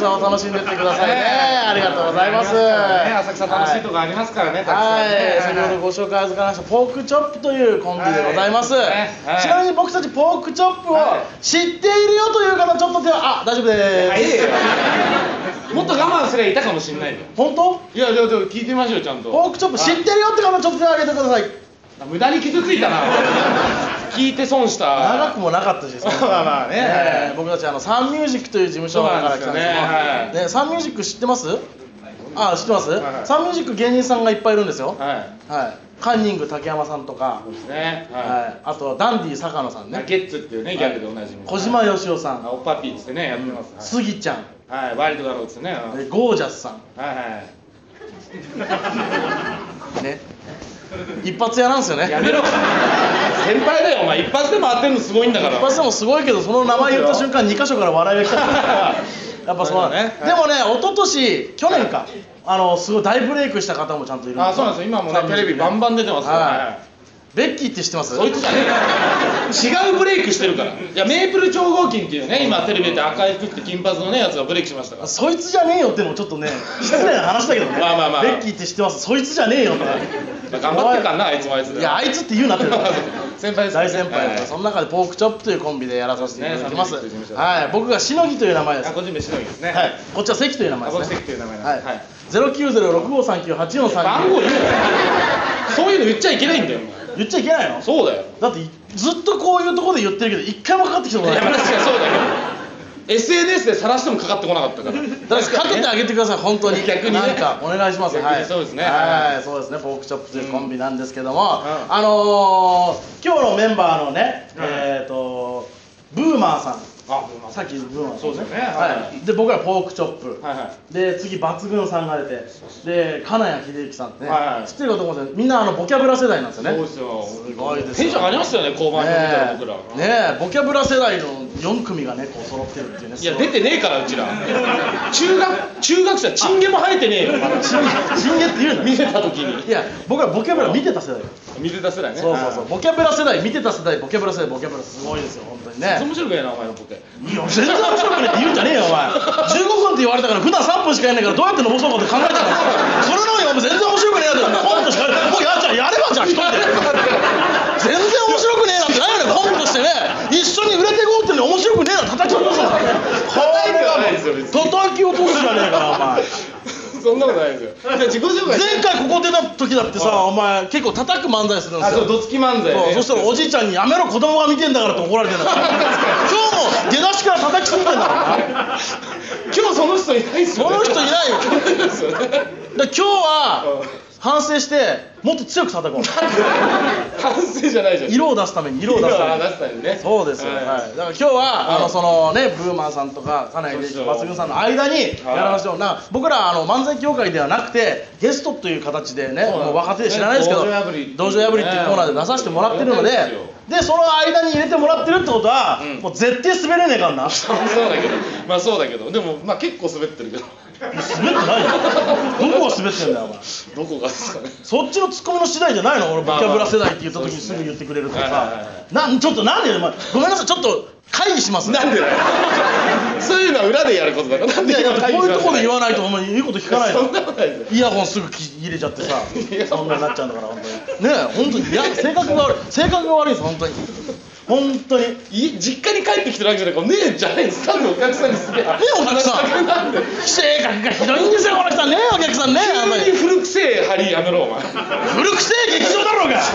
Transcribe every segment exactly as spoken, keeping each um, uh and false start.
草を楽しんでってくださいね。ありがとうございます。 浅草楽しいとこありますからね。 はい、先ほどご紹介預かりましたポークチョップというコンビでございます。ちなみに僕たちポークチョップを知っているよという方ちょっと手は、あ、大丈夫です。 もっと我慢すればいたかもしれないよ。 本当？ いや、じゃあ聞いてみましょう、ちゃんと。 ポークチョップ知ってるよって方ちょっと手を挙げてください。 無駄に傷ついたな。聞いて損した。 長くもなかったです。 まあまあね。 僕たちあのサンミュージックという事務所から来たんですけど、ね、サンミュージック知ってます？あ、知ってます？サンミュージック芸人さんがいっぱいいるんですよ。はい。カンニング竹山さんとか、そうですね。はい。あとダンディ坂野さんね。 ゲッツっていうねギャグでおなじみ。 小島よしおさん。 おっぱっぴーってねやってます。 スギちゃん。 はい。ワイルドガローですね。 ゴージャスさん。 はいはい。 ね。一発屋なんですよね。 やめろ。先輩だよお前。一発で回ってるのすごいんだから。 一発でもすごいけど、その名前言った瞬間に箇所から笑いが来たから。やっぱそうだね。でもね、一昨年去年か、あのすごい大ブレイクした方もちゃんといるんですよ。 あ、そうなんですよ。今もねテレビバンバン出てますから。 ベッキーって知ってます？ そいつじゃねえ違うブレイクしてるから。いや、メープル超合金っていうね、今テレビで赤い服って金髪のねやつがブレイクしましたから。 そいつじゃねえよってのもちょっとね失礼な話だけどね。 まあまあまあ。 ベッキーって知ってます？そいつじゃねえよって。 頑張ってるからな、あいつもあいつで。 いや、あいつって言うなって先輩です。 大先輩。その中でポークチョップというコンビでやらさせていただきます。はい、僕がしのぎという名前です。 個人名しのぎですね。 はい、こっちは関という名前ですね。 関という名前なんです。はい。 ゼロきゅうゼロろくごさんきゅうはちよんさんきゅう。 番号言うな。そういうの言っちゃいけないんだよ。 言っちゃいけないの？ そうだよ。 だってずっとこういうところで言ってるけど一回もかかってきたことない。 いや、確かにそうだよ。エスエヌエス で晒してもかかってこなかったから。だからかけてあげてください、本当に。逆になんかお願いします。はい。 そうですね。 はい、そうですね。ポークチョップというコンビなんですけども、あの今日のメンバーのね、えっとブーマーさん。さっきブーマーさん。 そうですよね。 はい。で僕らポークチョップ。で次抜群さんが出て、で金谷秀幸さんってね。知ってるかと思うんですけど、みんなあのボキャブラ世代なんですよね。 そうですよ。 すごいです。 テンション上がりますよね、後半見たら僕ら。 ねえ、ボキャブラ世代のよん組がね、こう揃ってるっていうね。 いや、出てねえからうちら。中学中学生チンゲも生えてねえよ。 チンゲって言うの？ 見てた時に。 いや、僕はボキャブラ見てた世代。 見てた世代ね。 そうそうそう。ボキャブラ世代、見てた世代、ボキャブラ世代、ボキャブラすごいですよ、本当にね。 面白くねえなお前のボケ。 いや、全然面白くねえって言うんじゃねえよお前。じゅうごふんって言われたから普段さんぷんしかやんないからどうやって伸ばそうかって考えてたの。それなのにお前全然面白くねえなって。コントしかもうやっちゃやればじゃあ一人で。全然面白くねえなんてないよね、コントしてね。一緒に売れていこうってのに面白くねえな叩き落とすの。 叩いてはないですよ別に。 叩き落とすじゃねえかお前。 そんなことないですよ。じゃあ自己紹介。 前回ここ出た時だってさ、お前結構叩く漫才するんですよ。 あ、そう、どつき漫才ね。 そしたらおじいちゃんにやめろ子供が見てんだからって怒られてんだから。今日も出だしから叩きすぎてんだから。 今日その人いないっすよね。 その人いないよ。今日は反省してもっと強く叩こう。 反省じゃないじゃん。 色を出すために色を出すために。 出すためにね。 そうですよ。はい。だから今日はあのそのねブーマーさんとか金谷秀幸抜群さんの間にやらせてもらう。僕らあの漫才協会ではなくてゲストという形でね、もう若手で知らないですけど道場破りっていうコーナーで出させてもらってるので、でその間に入れてもらってるってことはもう絶対滑れねえからな。 そうだけど、まあそうだけど、でもまあ結構滑ってるけど。 滑ってないよ。どこが滑ってんだよお前。 どこがですかね。 そっちのツッコミの次第じゃないの？俺ボキャブラ世代って言った時にすぐ言ってくれるとかさ。なんちょっとなんでお前ごめんなさいちょっと会議します。 なんでだよ。そういうのは裏でやることだから。なんでこういうところで言わないとお前言うこと聞かないの。 そんなことないですよ。 イヤホンすぐ入れちゃってさ、そんなになっちゃうんだから本当に。ねえ本当にいや性格が悪い性格が悪いです本当に。本当に実家に帰ってきてるわけじゃないからねえじゃないですか。お客さんにすげえ。ねえお客さん。性格がひどいんですよこの人ねお客さんね。 急に古くせえ張りやめろお前。 古くせえ劇場だろうが。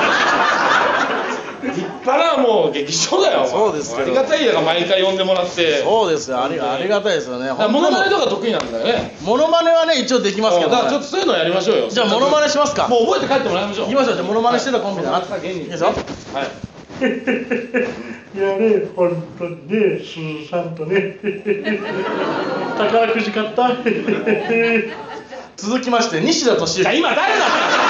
立派なもう劇場だよ。 そうですけど。 ありがたいだから毎回呼んでもらって。 そうですよありありがたいですよね。 モノマネとか得意なんだよね。 モノマネはね一応できますけど。 だからちょっとそういうのやりましょうよ。 じゃあモノマネしますか。 もう覚えて帰ってもらいましょう。 行きましょう。じゃあモノマネしてたコンビだな。いいですよ。はい。いやね、本当にね、スーさんとね、宝くじ買った。続きまして、西田敏行。 今誰だ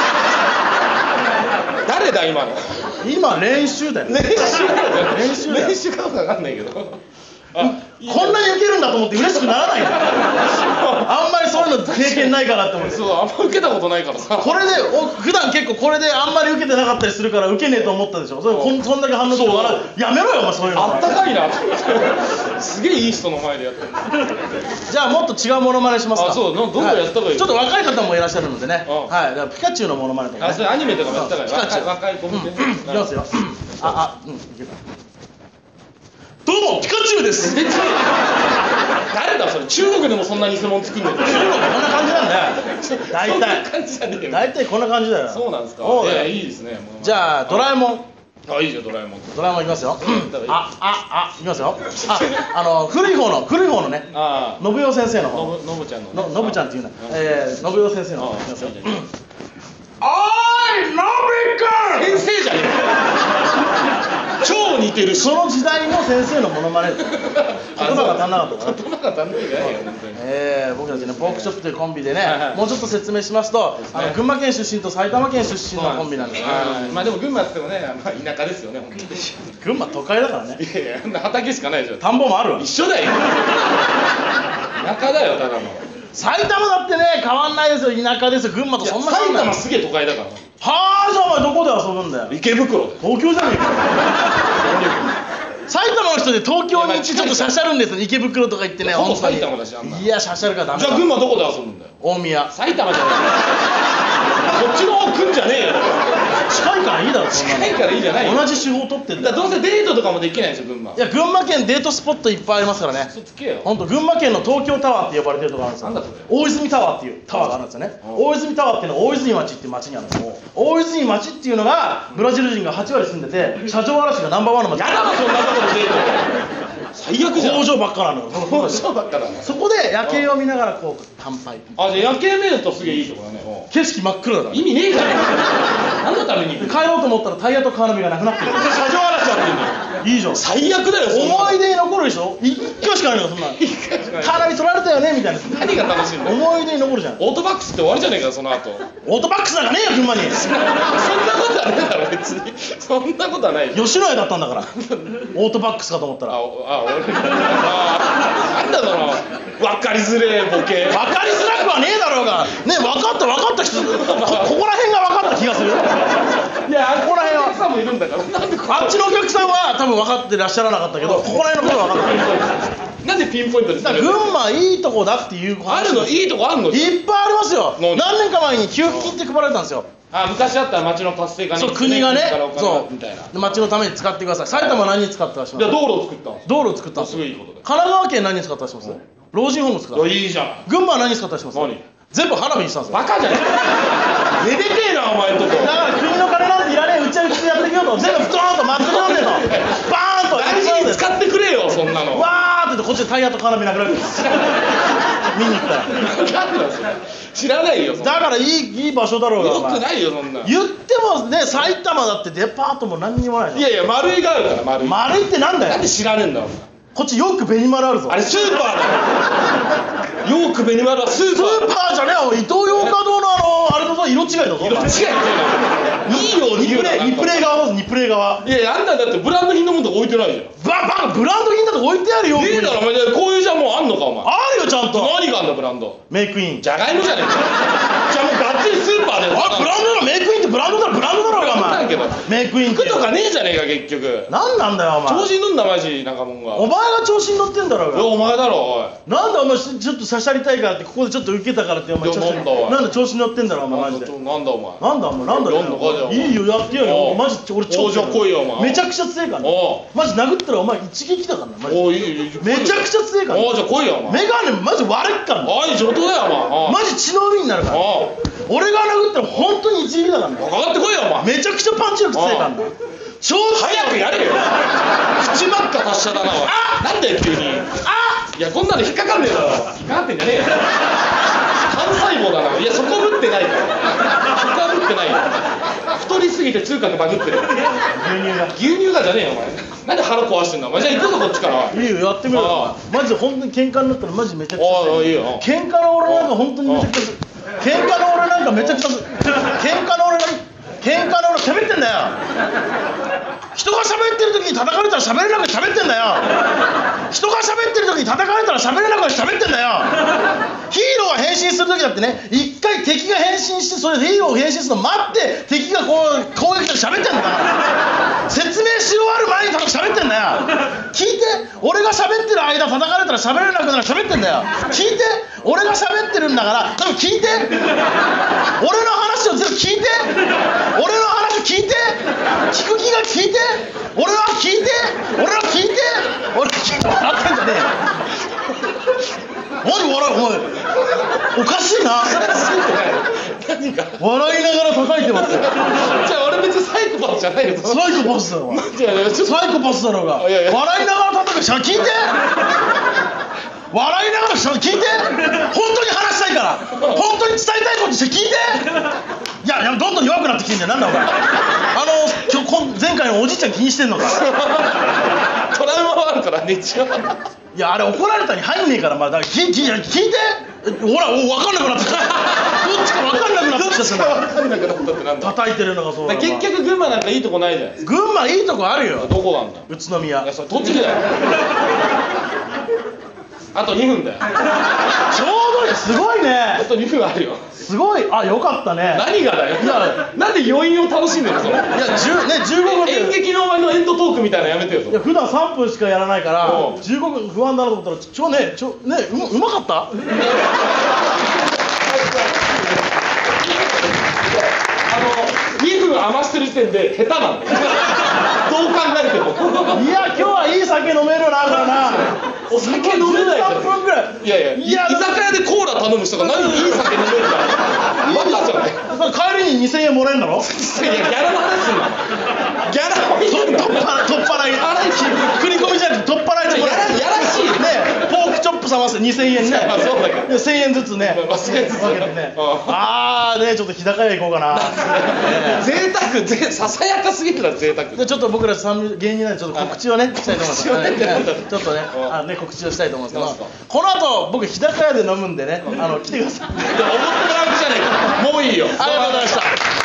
誰だ今の。 今練習だよ。 練習だよ。 練習だよ。 練習かどうかわかんないけど。あ、 こんなにウケるんだと思って嬉しくならないんだあんまりそういうの経験ないからって思ってそうあんま受けたことないからさこれでお普段結構これであんまり受けてなかったりするから受けねえと思ったでしょそれこんそんだけ反応して笑うやめろよお前そういうのあったかいなすげえいい人の前でやってるじゃあもっと違うモノマネしますかあそうどんどんやった方がいい、 ちょっと若い方もいらっしゃるのでねはいだからピカチュウのモノマネとかねあそれアニメとかもやったからピカチュウ若い子向けいきますよああうんいけたどうもピカチュウです誰だそれ中国でもそんな偽物作んねん中国こんな感じなんだよ大そんな体感じじゃねえよ大体こんな感じだよそうなんですかそうだよいやいいですねじゃあドラえもんあいいじゃんドラえもんドラえもんいきますよあああいきますよああの古い方の古い方のねああ信代先生の方のぶのぶちゃんのののぶちゃんっていうなえー信代先生の方いきますよおーいのびくん先生じゃねえか超似てるしその時代の先生のモノマネ言葉が足んなかったかな言葉が足んないんじゃないよ本当にえー、僕たちねポークチョップというコンビでね、 はいはいもうちょっと説明しますとすねあの群馬県出身と埼玉県出身のコンビなんですよはいまあでも群馬って言ってもねまあ田舎ですよね本当に群馬都会だからねいやいやあんな畑しかないでしょ田んぼもあるわ一緒だよ田舎だよただの埼玉だってね変わんないですよ田舎ですよ群馬とそんな変わ埼んない玉すげえ都会だからはあじゃあお前どこで遊ぶんだよ池袋で東京じゃねえか埼玉の人で東京にちょっとしゃしゃるんですよ池袋とか行ってねほぼ本当に埼玉だしあんないやしゃしゃるからダメじゃあ群馬どこで遊ぶんだよ大宮埼玉じゃないこっちの方来んじゃねえよ近いからいいだろそんなの近いからいいじゃないよ同じ手法取ってんだよだからどうせデートとかもできないでしょ群馬いや群馬県デートスポットいっぱいありますからね嘘つけよ本当群馬県の東京タワーって呼ばれてるところあるんですよなんだそれ大泉タワーっていうタワーがあるんですよね大泉タワーっていうのは大泉町っていう町にあるんですよ大泉町っていうのがブラジル人がはち割住んでて車上荒らしがナンバーワンの町やだなそんなところでデート最悪じゃん工場ばっかなのよ工場ばっかだなそこで夜景を見ながらこう乾杯あじゃあ夜景見るとすげえいいとこだねおう景色真っ暗だから意味ねえじゃねえか何のために行く帰ろうと思ったらタイヤとカーナビがなくなってる車上荒らしちゃってんだよいいじゃん最悪だよそんなの思い出に残るでしょ一回しかないのよそんなの一回しかないカーナビ取られたよねみたいな何が楽しいんだよ思い出に残るじゃんオートバックスって終わりじゃねえかその後オートバックスなんかねえよ群馬にそんなことはねえだろ別にそんなことはないよ吉野家だったんだからオートバックスかと思ったらあおあ俺あなんだその分かりづれえボケ分かりづらくはねえだろうがね分かった分かった人ここら辺が分かった気がするいやここら辺はお客さんもいるんだからなんでこあっちのお客さんは多分分かってらっしゃらなかったけどここら辺のことは分かってるなんでピンポイントですだから群馬いいとこだっていうあるのいいとこあるのいっぱいありますよ何何年か前に給付金って配られたんですよあ昔あった町の活性化にそう国がね国からお金そうみたいなで町のために使ってください埼玉は何に使ってらっしゃいますじゃあ道路を作ったんです道路を作ったんですよすごいいいことだ神奈川県何に使ってらっしゃいます老人ホーム作ったんですいいじゃん群馬は何に使ってらっしゃいます何全部花火にしたんですよバカじゃねえめでてえなお前んとこだから国の金なんていらねえうちはうちでやっていくよと全部ドーンと祭りなんでとバーンと大事に使ってくれよそんなのわーって言ってこっちでタイヤと花火なくなる見に行ったら分かんない知らないよそんなだからいいいい場所だろうがお前よくないよそんな言ってもね埼玉だってデパートも何にもないのいやいや丸いがあるから丸い丸いってなんだよなんで知らねえんだお前こっちヨークベニマルあるぞあれスーパーだよヨークベニマルはスースパーーパーじゃねえよイトーヨーカ堂のあのあれのさ色違いだぞ色違いっていうのいいようにリプ言うなレイリプレイ側だぞリプレイ側いやいやあんただってブランド品のものとか置いてないじゃんババカブランド品だと置いてあるよねえだろお前こういうじゃもうあんのかお前あるよちゃんと何があんだブランドメイクインじゃがいもじゃねえかじゃあもうがっつりスーパーであブランドだろメイクインってブランドだろブランドだろうがお前だけどメイクインって服とかねえじゃねえか結局何なんだよお前調子に乗んなマジ中もんがお前が調子に乗ってんだろうがお前だろおいなんでお前ちょっとしゃしゃりたいからってここでちょっと受けたからってお前いや調子なんだおいなんで調子に乗ってんだろお前マジでなんだお前なんだお前なんだやんのかじゃあいいよやってやるよおうマジ俺超おうじゃあ来いよお前めちゃくちゃ強いからおねマジ殴ったらお前一撃だからなマジおおいいよいいよめちゃくちゃ強いからねおうじゃあ来いよお前メガネマジ悪いからねおい上等だよお前マジ血の海になるからおう俺が殴ったら本当に一撃だからねかかってこいよお前めちゃくちゃパンチ力強いからね超早くやれよ口ばっか達者だなおいなんだよ急にあいやこんなの引っかかんねえだろ引っかかってんじゃねえよ単細胞だないやそこぶってないからそこはぶってないよ太りすぎて痛覚バグってる牛乳が牛乳がじゃねえよお前なんで腹壊してんだお前じゃあ行くぞこっちからいいよやってみろよあマジで本当に喧嘩になったらマジめちゃくちゃおおいいよ喧嘩の俺なんか本当にめちゃくちゃす喧嘩の俺なんかめちゃくちゃす喧嘩の俺なんか喧嘩の俺喋ってんだよ人が喋喋ってる時に叩かれたら喋れなくて喋ってんだよ。人が喋ってる時に叩かれたら喋れなくて喋ってんだよ。ヒーローが変身する時だってね、一回敵が変身してそれでヒーローが変身するの待って敵がこう攻撃して喋ってんだから。説明し終わる前に喋ってんだよ。聞いて、俺が喋ってる間叩かれたら喋れなくなる喋ってんだよ。聞いて、俺が喋ってるんだから多分聞いて、俺の話を全部聞いて、俺の話を聞いて、聞く気が聞いて、俺は聞いて、俺は聞いて、俺聞いて笑ってんじゃねえよ。何笑い、お前おかしいな。 何が笑いながら叩いてますよ。 じゃあ俺別にサイコパスじゃないよ。 サイコパスだろ。 いやいやちょっとサイコパスだろうが。 いやいや笑いながら叩く。しゃ聞いて。笑いながらしゃ聞いて。本当に話したいから。本当に伝えたいことして聞いて。いやいやどんどん弱くなってきてんじゃん。なんだお前。あの今日前回のおじいちゃん気にしてんのか。 トラウマはあるからね一応。 いやあれ怒られたに入んねえからまあだから聞い聞い聞いて。ほらお分かんなくなってきた。どっちか分かんなくなってきた。 分かんなくなったってなんだ。 叩いてるのがそうだ。 結局群馬なんかいいとこないじゃないですか。 群馬いいとこあるよ。 どこなんだ。 宇都宮。 いやそれ栃木だよ。あとにふんだよ。 ちょうどいい。すごいね。 あとにふんあるよ。 すごい。あ、よかったね。 何がだよ。 いやなんで余韻を楽しんでるのそれ。いやじゅうねじゅうごふんで演劇のお前のエンドトークみたいなのやめてよ。 いや普段さんぷんしかやらないからうんじゅうごふん不安だなと思ったらちょねちょねうまうまかった。 あのにふん余してる時点で下手なんだよ。どう考えても。 いや今日はいい酒飲めるなこれな。 お酒飲めないじゃん。 じゅうさんぷんぐらい。 いやいや、 いや居酒屋でコーラ頼む人が何にいい酒飲めるんだ。バカじゃない。 帰りににせんえんもらえるんだろ。 いやギャラの話すんな。ギャラを言うんだ。 取っ払い取っ払い振り込みじゃなくて取っ払いでもらえる。 やらしいね。 ポークチョップさませてにせんえんね。 まあそうだけどでせんえんずつねまあせんえんずつ分けてね。 うんあーねちょっと日高屋行こうかな。 贅沢ぜささやかすぎるな贅沢。 でちょっと僕ら三芸人なんでちょっと告知をねしたいと思います。 告知をねはいちょっとねうんあのね告知をしたいと思うんですけどなんすかこの後僕日高屋で飲むんでねあの来てください。 思ってもらうじゃねえか。もういいよ。 ありがとうございました。